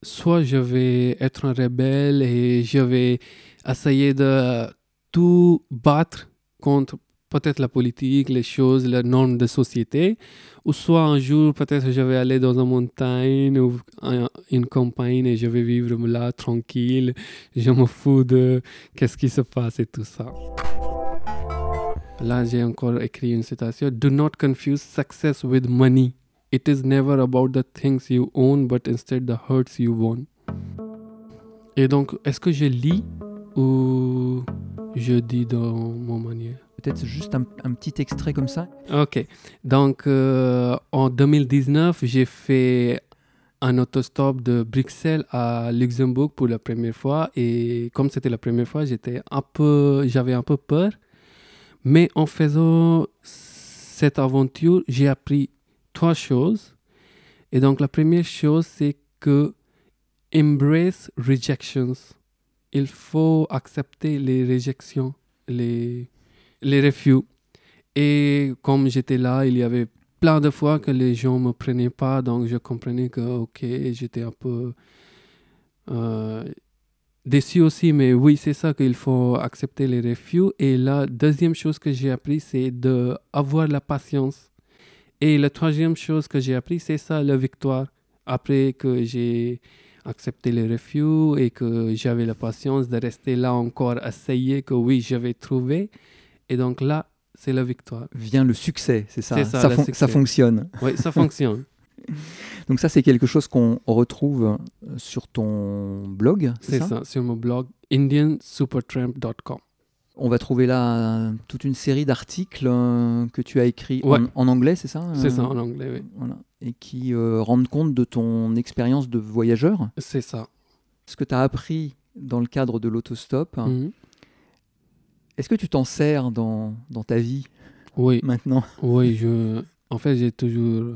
soit je vais être un rebelle et je vais essayer de tout battre contre peut-être la politique, les choses, les normes de société, ou soit un jour peut-être je vais aller dans une montagne ou une campagne et je vais vivre là tranquille, je me fous de qu'est-ce qui se passe et tout ça. Là, j'ai encore écrit une citation. Do not confuse success with money. It is never about the things you own, but instead the hurts you won. Et donc, est-ce que je lis ou je dis dans mon manière? Peut-être juste un petit extrait comme ça. Ok. Donc, en 2019, j'ai fait un autostop de Bruxelles à Luxembourg pour la première fois. Et comme c'était la première fois, j'avais un peu peur. Mais en faisant cette aventure, j'ai appris 3 choses. Et donc, la première chose, c'est que embrace rejections. Il faut accepter les réjections, les refus. Et comme j'étais là, il y avait plein de fois que les gens ne me prenaient pas. Donc, je comprenais que, ok, j'étais un peu déçu aussi. Mais oui, c'est ça qu'il faut accepter les refus. Et la deuxième chose que j'ai appris, c'est d'avoir la patience. Et la troisième chose que j'ai appris, c'est ça, la victoire. Après que j'ai accepté les refus et que j'avais la patience de rester là encore, essayer que oui, je vais trouver. Et donc là, c'est la victoire. Vient le succès, c'est ça. C'est ça, le succès. Ça fonctionne. Oui, ça fonctionne. Donc ça, c'est quelque chose qu'on retrouve sur ton blog, c'est ça? C'est ça, sur mon blog indiansupertramp.com. On va trouver là toute une série d'articles que tu as écrits Ouais. en anglais, c'est ça? C'est ça, en anglais, oui. Voilà. Et qui rendent compte de ton expérience de voyageur. C'est ça. Ce que tu as appris dans le cadre de l'autostop, Mhm. est-ce que tu t'en sers dans ta vie Oui, maintenant? oui, en fait, j'ai toujours...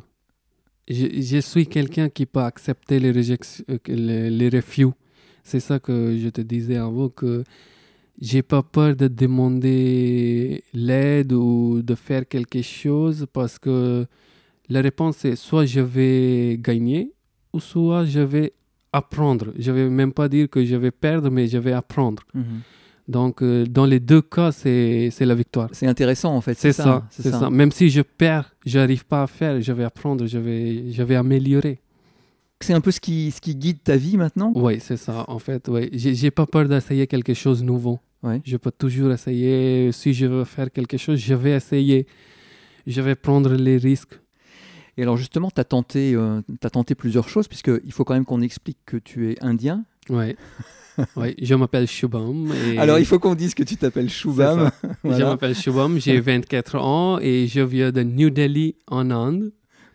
Je suis quelqu'un qui peut accepter les réjections, les refus. C'est ça que je te disais avant, que j'ai pas peur de demander l'aide ou de faire quelque chose parce que la réponse est soit je vais gagner ou soit je vais apprendre. Je vais même pas dire que je vais perdre, mais je vais apprendre. Mhm. Donc, dans les deux cas, c'est la victoire. C'est intéressant en fait. C'est ça. Même si je perds, j'arrive pas à faire, je vais apprendre, je vais améliorer. C'est un peu ce qui guide ta vie maintenant? Oui, c'est ça. En fait, oui. J'ai pas peur d'essayer quelque chose de nouveau. Ouais. Je peux toujours essayer. Si je veux faire quelque chose, je vais essayer. Je vais prendre les risques. Et alors justement, tu as tenté plusieurs choses, puisqu'il faut quand même qu'on explique que tu es indien. Oui. Oui, je m'appelle Shubham. Alors il faut qu'on dise que tu t'appelles Shubham. Voilà. Je m'appelle Shubham, j'ai 24 ans et je viens de New Delhi en Inde.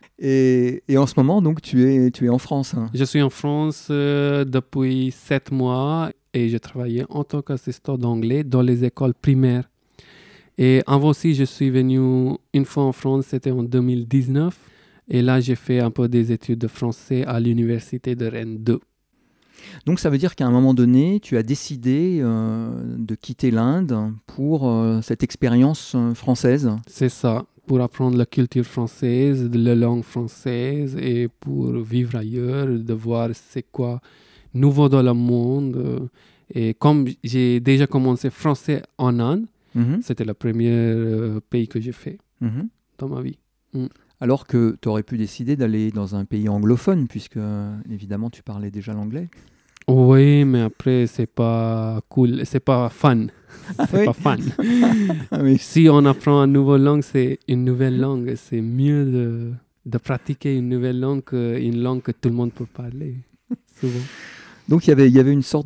Et en ce moment, donc, tu es en France. Hein. Je suis en France depuis 7 mois et je travaillais en tant qu'assistant d'anglais dans les écoles primaires. Et avant aussi, je suis venu une fois en France, c'était en 2019. Et là, j'ai fait un peu des études de français à l'université de Rennes 2. Donc ça veut dire qu'à un moment donné, tu as décidé de quitter l'Inde pour cette expérience française. C'est ça, pour apprendre la culture française, la langue française et pour vivre ailleurs, de voir c'est quoi nouveau dans le monde. Et comme j'ai déjà commencé français en Inde, c'était le premier pays que j'ai fait dans ma vie. Alors que tu aurais pu décider d'aller dans un pays anglophone, puisque évidemment tu parlais déjà l'anglais. Oui, mais après, c'est pas cool, c'est pas fun. C'est pas fun. Oui. Si on apprend une nouvelle langue, c'est une nouvelle langue. C'est mieux de pratiquer une nouvelle langue qu'une langue que tout le monde peut parler, souvent. Donc il y avait une sorte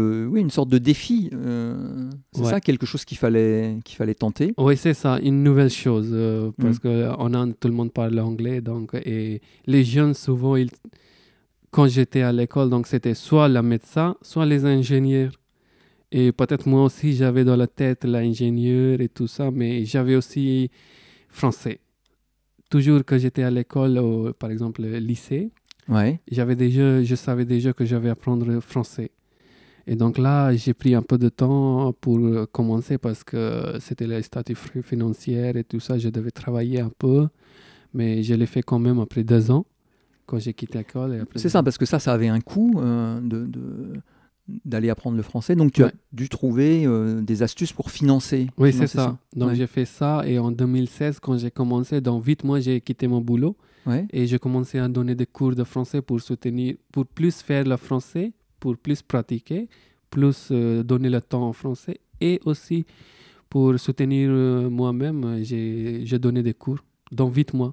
de défi. C'est ça, quelque chose qu'il fallait tenter. Oui, c'est ça, une nouvelle chose. Parce qu'en Inde, tout le monde parle anglais. Donc, et les jeunes, souvent, quand j'étais à l'école, donc c'était soit le médecin, soit les ingénieurs. Et peut-être moi aussi, j'avais dans la tête l'ingénieur et tout ça, mais j'avais aussi français. Toujours que j'étais à l'école, par exemple, lycée, je savais déjà que j'avais apprendre français. Et donc là, j'ai pris un peu de temps pour commencer parce que c'était le statut financier et tout ça. Je devais travailler un peu, mais je l'ai fait quand même après 2 ans. quand j'ai quitté l'école. Et après, C'est ça, parce que ça avait un coût d'aller apprendre le français. Donc, tu as dû trouver des astuces pour financer. Oui, c'est ça. ça. Donc, j'ai fait ça. Et en 2016, quand j'ai commencé, dans 8 mois, j'ai quitté mon boulot. Ouais. Et j'ai commencé à donner des cours de français pour soutenir, pour plus faire le français, pour plus pratiquer, plus donner le temps en français. Et aussi, pour soutenir moi-même, j'ai donné des cours dans 8 mois.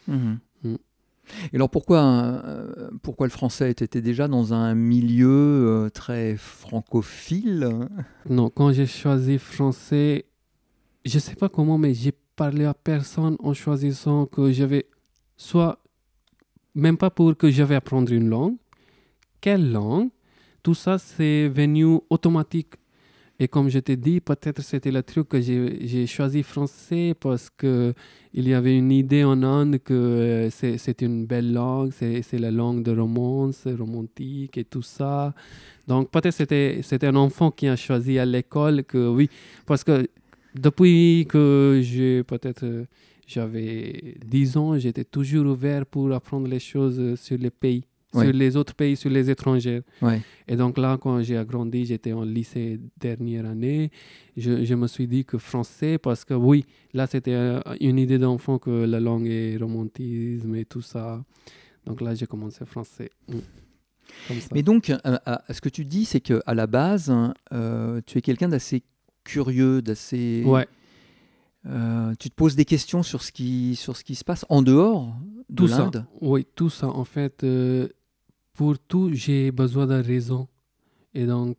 Et alors pourquoi le français? Tu étais déjà dans un milieu très francophile? Non, quand j'ai choisi français, je ne sais pas comment, mais j'ai parlé à personne en choisissant que j'avais soit, même pas pour que je vais apprendre une langue, quelle langue, tout ça c'est venu automatique. Et comme je t'ai dit, peut-être c'était le truc que j'ai choisi français parce qu'il y avait une idée en Inde que c'est une belle langue, c'est la langue de romance, romantique et tout ça. Donc peut-être c'était un enfant qui a choisi à l'école que oui, parce que depuis que j'avais 10 ans, j'étais toujours ouvert pour apprendre les choses sur les pays. Ouais. Sur les autres pays, sur les étrangers. Ouais. Et donc là, quand j'ai agrandi, j'étais en lycée dernière année, je me suis dit que français, parce que oui, là c'était une idée d'enfant que la langue est romantisme et tout ça. Donc là, j'ai commencé français. Comme ça. Mais donc, ce que tu dis, c'est qu'à la base, tu es quelqu'un d'assez curieux, d'assez... Ouais. Tu te poses des questions sur ce qui se passe en dehors de l'Inde? Oui, tout ça. En fait, pour tout, j'ai besoin de raison. Et donc,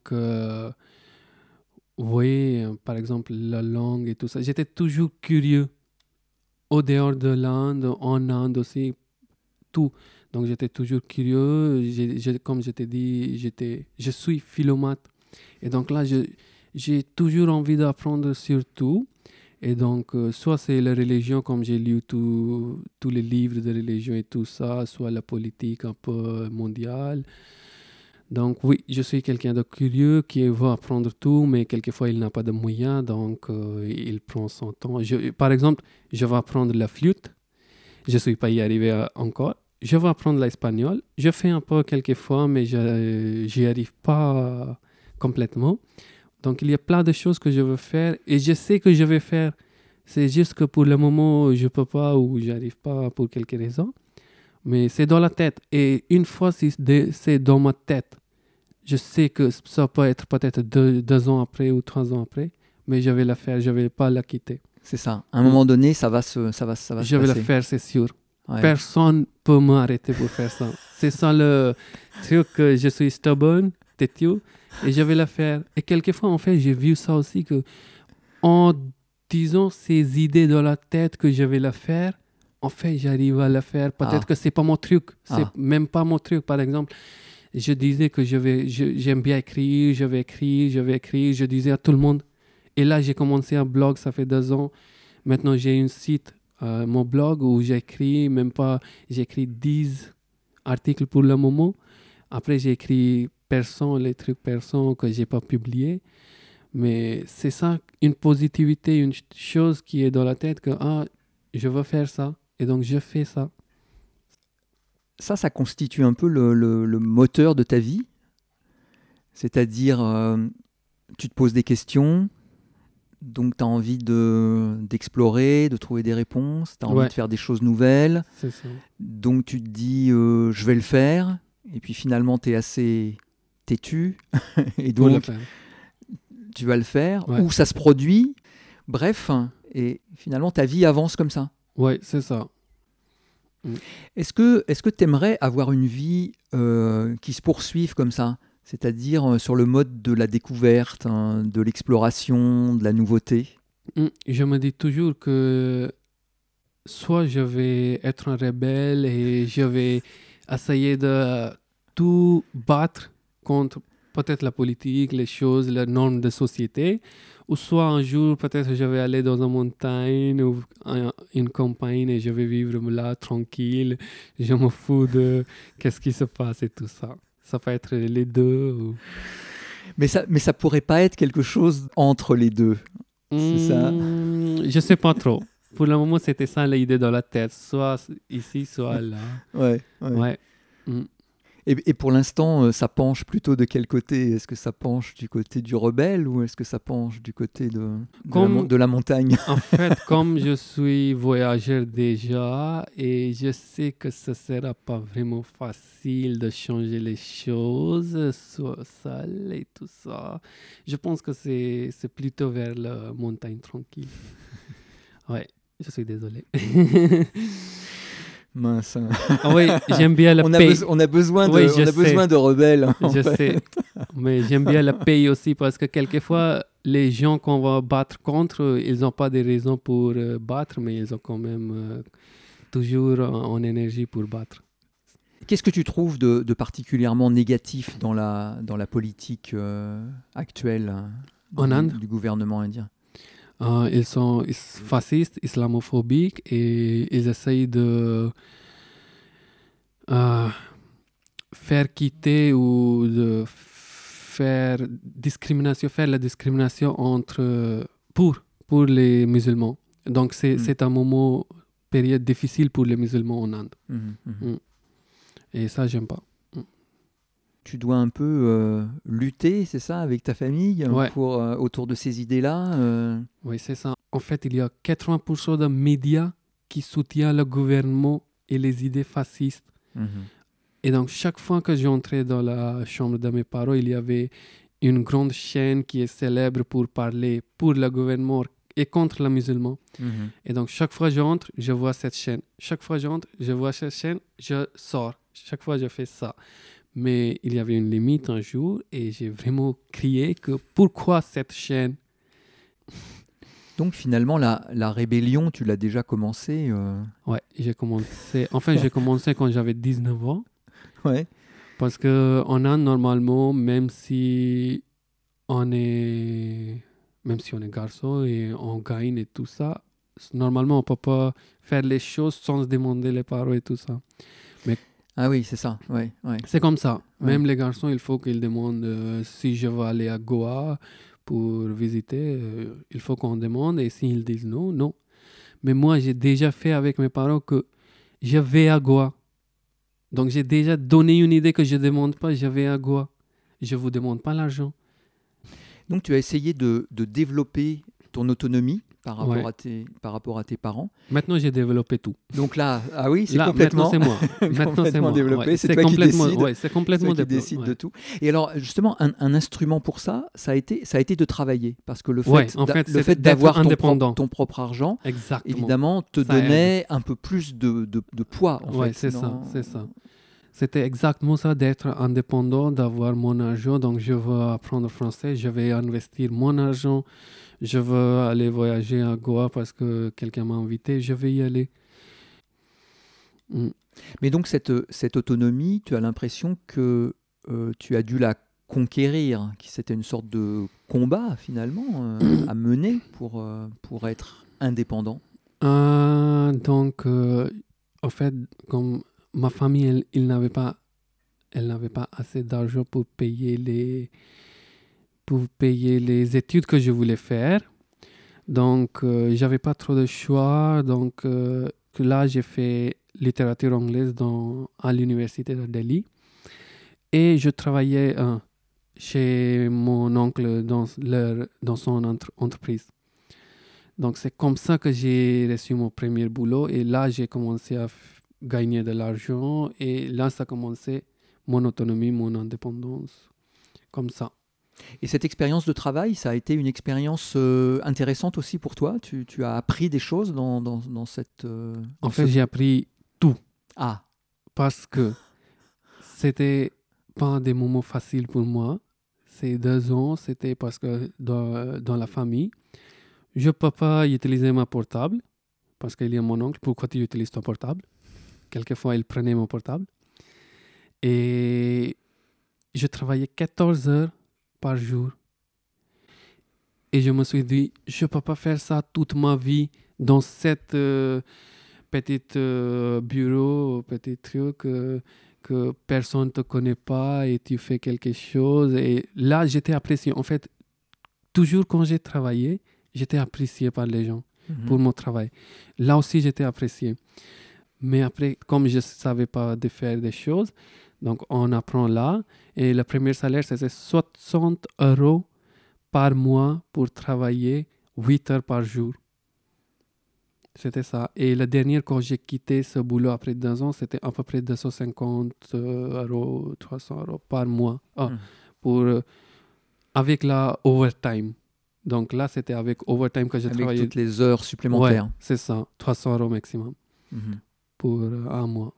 vous voyez, par exemple, la langue et tout ça. J'étais toujours curieux. Au dehors de l'Inde, en Inde aussi, tout. Donc, j'étais toujours curieux. Comme je t'ai dit, je suis philomate. Et donc là, j'ai toujours envie d'apprendre sur tout. Et donc, soit c'est la religion, comme j'ai lu tous les livres de religion et tout ça, soit la politique un peu mondiale. Donc oui, je suis quelqu'un de curieux qui veut apprendre tout, mais quelquefois il n'a pas de moyens, donc il prend son temps. Par exemple, je vais apprendre la flûte. Je ne suis pas y arrivé encore. Je vais apprendre l'espagnol. Je fais un peu quelquefois, mais je n'y arrive pas complètement. Donc, il y a plein de choses que je veux faire et je sais que je vais faire. C'est juste que pour le moment, je ne peux pas ou je n'arrive pas pour quelques raisons. Mais c'est dans la tête. Et une fois, si c'est dans ma tête, je sais que ça peut être peut-être 2 ans après ou 3 ans après, mais je vais la faire, je ne vais pas la quitter. C'est ça. À un moment donné, ça va se Je vais la faire, c'est sûr. Ouais. Personne ne peut m'arrêter pour faire ça. C'est ça le truc que je suis stubborn, têtu. Et je vais la faire. Et quelquefois, en fait, j'ai vu ça aussi que en disant ces idées dans la tête que je vais la faire, en fait, j'arrive à la faire. Peut-être que c'est pas mon truc. C'est même pas mon truc. Par exemple, je disais que j'aime bien écrire, je vais écrire. Je disais à tout le monde. Et là, j'ai commencé un blog, ça fait 2 ans. Maintenant, j'ai un site, mon blog, où j'écris, j'écris 10 articles pour le moment. Après, j'ai écrit les trucs perso que j'ai pas publiés. Mais c'est ça, une positivité, une chose qui est dans la tête que je veux faire ça. Et donc, je fais ça. Ça constitue un peu le moteur de ta vie. C'est-à-dire, tu te poses des questions, donc tu as envie d'explorer, de trouver des réponses, tu as envie de faire des choses nouvelles. C'est ça. Donc tu te dis, je vais le faire. Et puis finalement, tu es assez têtu. Et donc, tu vas le faire. Ouais. Ou ça se produit. Bref, et finalement, ta vie avance comme ça. Oui, c'est ça. Est-ce que tu aimerais avoir une vie qui se poursuive comme ça? C'est-à-dire sur le mode de la découverte, de l'exploration, de la nouveauté? Je me dis toujours que soit je vais être un rebelle et je vais essayer de tout battre contre peut-être la politique, les choses, les normes de société, ou soit un jour peut-être je vais aller dans une montagne ou une campagne et je vais vivre là tranquille, je me fous de qu'est-ce qui se passe et tout ça. Ça peut être les deux. Mais ça pourrait pas être quelque chose entre les deux, c'est ça? Je sais pas trop. Pour le moment, c'était ça l'idée dans la tête. Soit ici, soit là. Ouais. Ouais. Mm. Et pour l'instant, ça penche plutôt de quel côté? Est-ce que ça penche du côté du rebelle ou est-ce que ça penche du côté Comme, de la montagne? En fait, comme je suis voyageur déjà et je sais que ce ne sera pas vraiment facile de changer les choses, soit seul et tout ça, je pense que c'est plutôt vers la montagne tranquille. Ouais, je suis désolé. Mince. Ah oui, j'aime bien le pays. On a besoin Oui, je on a sais. besoin de rebelles. En Je fait. sais, mais j'aime bien le pays aussi parce que quelquefois, les gens qu'on va battre contre, ils n'ont pas de raisons pour battre, mais ils ont quand même toujours en énergie pour battre. Qu'est-ce que tu trouves de particulièrement négatif dans la politique actuelle En Inde, du gouvernement indien? ils sont fascistes, islamophobiques et ils essayent de euh, faire quitter ou de faire la discrimination pour les musulmans. Donc c'est un moment, période difficile pour les musulmans en Inde. Et ça, j'aime pas. Tu dois un peu lutter, c'est ça, avec ta famille pour, autour de ces idées-là Oui, c'est ça. En fait, il y a 80% de médias qui soutiennent le gouvernement et les idées fascistes. Et donc, chaque fois que j'entrais dans la chambre de mes parents, il y avait une grande chaîne qui est célèbre pour parler pour le gouvernement et contre les musulmans. Et donc, chaque fois que j'entre, je vois cette chaîne. Chaque fois que j'entre, je vois cette chaîne, je sors. Chaque fois, je fais ça. Mais il y avait une limite un jour et j'ai vraiment crié que pourquoi cette chaîne? Donc finalement, la rébellion, tu l'as déjà commencé Ouais, j'ai commencé. Enfin, j'ai commencé quand j'avais 19 ans. Ouais. Parce qu'en Inde, normalement, même si on est garçon et on gagne et tout ça, normalement, on peut pas faire les choses sans se demander les parents et tout ça. Ah oui, c'est ça. Ouais. C'est comme ça. Ouais. Même les garçons, il faut qu'ils demandent si je veux aller à Goa pour visiter. Il faut qu'on demande. Et s'ils disent non, non. Mais moi, j'ai déjà fait avec mes parents que je vais à Goa. Donc, j'ai déjà donné une idée que je ne demande pas, je vais à Goa. Je ne vous demande pas l'argent. Donc, tu as essayé de développer ton autonomie par rapport, Ouais. par rapport à tes parents. Maintenant, j'ai développé tout. Donc là, ah oui, c'est là, complètement, maintenant, c'est moi. Maintenant, c'est moi. développé. Ouais, c'est toi qui décides. Ouais, c'est complètement décide de tout. Et alors, justement, un instrument pour ça, ça a été de travailler. Parce que le fait d'avoir ton propre argent, exactement, évidemment, te donnait un peu plus de poids. Oui, c'est ça. C'était exactement ça, d'être indépendant, d'avoir mon argent. Donc, je veux apprendre français, je vais investir mon argent. Je veux aller voyager à Goa parce que quelqu'un m'a invité, je vais y aller. Mais donc, cette autonomie, tu as l'impression que tu as dû la conquérir, que c'était une sorte de combat, finalement, à mener pour être indépendant. Donc, en fait, comme ma famille, elle n'avait pas assez d'argent pour payer les études que je voulais faire. Donc, j'avais pas trop de choix. Donc, là, j'ai fait littérature anglaise à l'université de Delhi. Et je travaillais chez mon oncle dans son entreprise. Donc, c'est comme ça que j'ai reçu mon premier boulot. Et là, j'ai commencé à gagner de l'argent. Et là, ça a commencé mon autonomie, mon indépendance. Comme ça. Et cette expérience de travail, ça a été une expérience intéressante aussi pour toi? Tu as appris des choses dans cette... en fait, j'ai appris tout. Ah. Parce que c'était pas des moments faciles pour moi. Ces 2 ans, c'était parce que dans la famille, je ne peux pas utiliser ma portable parce qu'il y a mon oncle. Pourquoi tu utilises ton portable? Quelquefois, il prenait mon portable. Et je travaillais 14 heures par jour. Et je me suis dit, je ne peux pas faire ça toute ma vie dans cette petite bureau, petit truc que personne ne te connaît pas et tu fais quelque chose. Et là, j'étais apprécié. En fait, toujours quand j'ai travaillé, j'étais apprécié par les gens. pour mon travail. Là aussi, j'étais apprécié. Mais après, comme je ne savais pas de faire des choses, donc on apprend là. Et le premier salaire, c'était 60 € par mois pour travailler 8 heures par jour. C'était ça. Et la dernière, quand j'ai quitté ce boulot après 2 ans, c'était à peu près 250 €, 300 € par mois pour, avec la overtime. Donc là, c'était avec overtime que j'ai travaillé. Avec toutes les heures supplémentaires. Ouais, c'est ça. 300 € maximum pour un mois.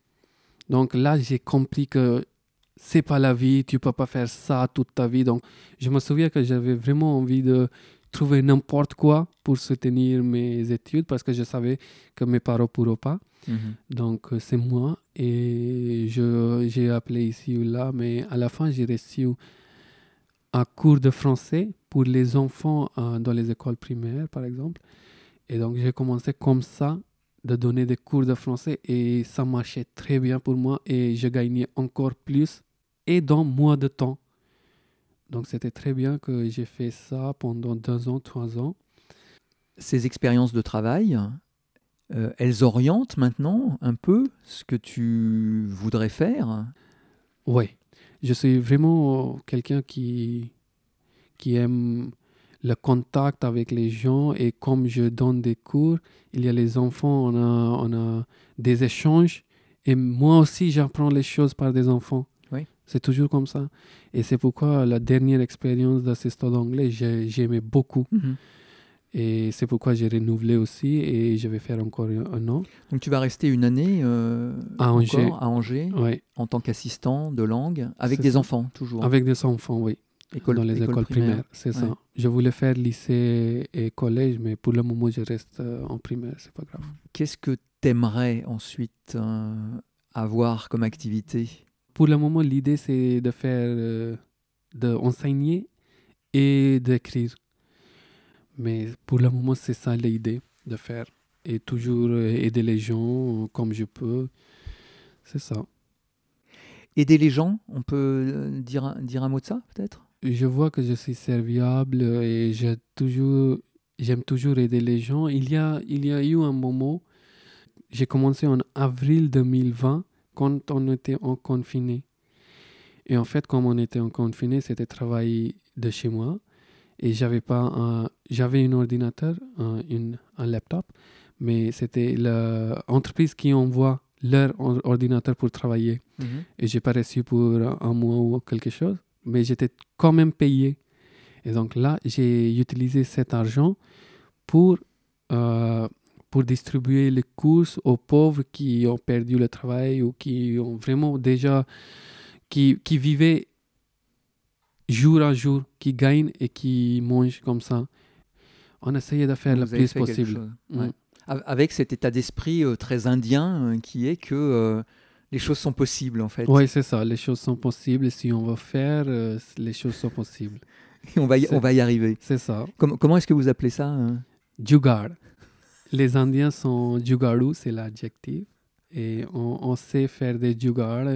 Donc là, j'ai compris que c'est pas la vie, tu peux pas faire ça toute ta vie. Donc, je me souviens que j'avais vraiment envie de trouver n'importe quoi pour soutenir mes études parce que je savais que mes parents ne pourraient pas. Donc, c'est moi et j'ai appelé ici ou là, mais à la fin, j'ai reçu un cours de français pour les enfants dans les écoles primaires, par exemple. Et donc, j'ai commencé comme ça de donner des cours de français et ça marchait très bien pour moi et je gagnais encore plus et dans moins de temps. Donc, c'était très bien que j'ai fait ça pendant 2 ans, 3 ans. Ces expériences de travail, elles orientent maintenant un peu ce que tu voudrais faire? Oui, je suis vraiment quelqu'un qui aime le contact avec les gens et comme je donne des cours, il y a les enfants, on a des échanges et moi aussi j'apprends les choses par des enfants. Oui. C'est toujours comme ça. Et c'est pourquoi la dernière expérience d'assistant d'anglais, j'aimais beaucoup. Et c'est pourquoi j'ai renouvelé aussi et je vais faire encore un an. Donc tu vas rester une année à Angers, ouais. En tant qu'assistant de langue, avec des enfants toujours. Avec des enfants, oui. Dans les écoles primaires, c'est ça. Je voulais faire lycée et collège, mais pour le moment, je reste en primaire, c'est pas grave. Qu'est-ce que tu aimerais ensuite avoir comme activité? Pour le moment, l'idée, c'est de faire, d'enseigner et d'écrire. Mais pour le moment, c'est ça l'idée de faire. Et toujours aider les gens comme je peux. C'est ça. Aider les gens, on peut dire un mot de ça, peut-être? Je vois que je suis serviable et j'aime toujours aider les gens. Il y a eu un moment, j'ai commencé en avril 2020, quand on était en confiné. Et en fait, comme on était en confiné, c'était travailler de chez moi. Et j'avais un ordinateur, un laptop, mais c'était l'entreprise qui envoie leur ordinateur pour travailler. Et je n'ai pas reçu pour un mois ou quelque chose, mais j'étais quand même payé. Et donc là, j'ai utilisé cet argent pour distribuer les courses aux pauvres qui ont perdu le travail ou qui ont vraiment déjà... qui vivaient jour à jour, qui gagnent et qui mangent comme ça. On essayait de faire le plus possible. Ouais. Avec cet état d'esprit très indien qui est que les choses sont possibles en fait. Oui, c'est ça. Les choses sont possibles. Si on veut faire, les choses sont possibles. Et on va y arriver. C'est ça. Comment est-ce que vous appelez ça Jugaad. Les Indiens sont jugaadu, c'est l'adjectif. Et on sait faire des jugaad.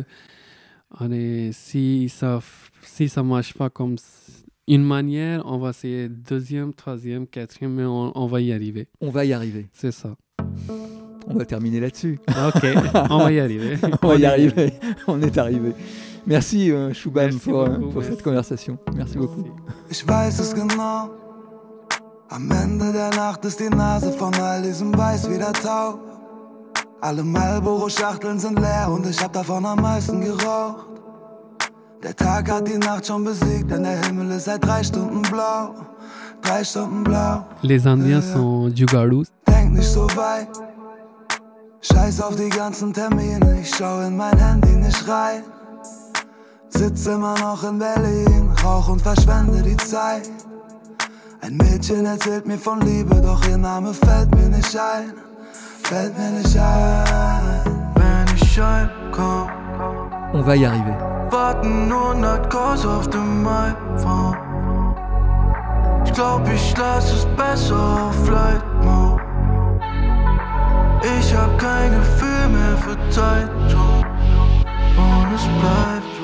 Si ça marche pas comme une manière, on va essayer deuxième, troisième, quatrième, mais on va y arriver. On va y arriver. C'est ça. On va terminer là-dessus. Ok, on va y arriver. On va y arriver. On est arrivé. Merci Shubham pour cette conversation. Merci beaucoup. Ich weiß es genau. Am Ende der Nacht ist die Nase von all diesem Weiß wieder taub. Alle Marlboro-Schachteln sind leer und ich hab davon am meisten geraucht. Der Tag hat die Nacht schon besiegt, denn der Himmel ist seit 3 Stunden blau. 3 Stunden blau. Les Indiens sont jugadus. Denk nicht so weit. Scheiß auf die ganzen Termine, ich schau in mein Handy nicht rein. Sitz immer noch in Berlin, rauch und verschwende die Zeit. Ein Mädchen erzählt mir von Liebe, doch ihr Name fällt mir nicht ein. Fällt mir nicht ein. Wenn ich heimkomm, on va y arriver. Warten 100 Calls auf dem iPhone. Ich glaub, ich lass es besser auf Flight Mode. Ich hab kein Gefühl mehr für Zeit und es bleibt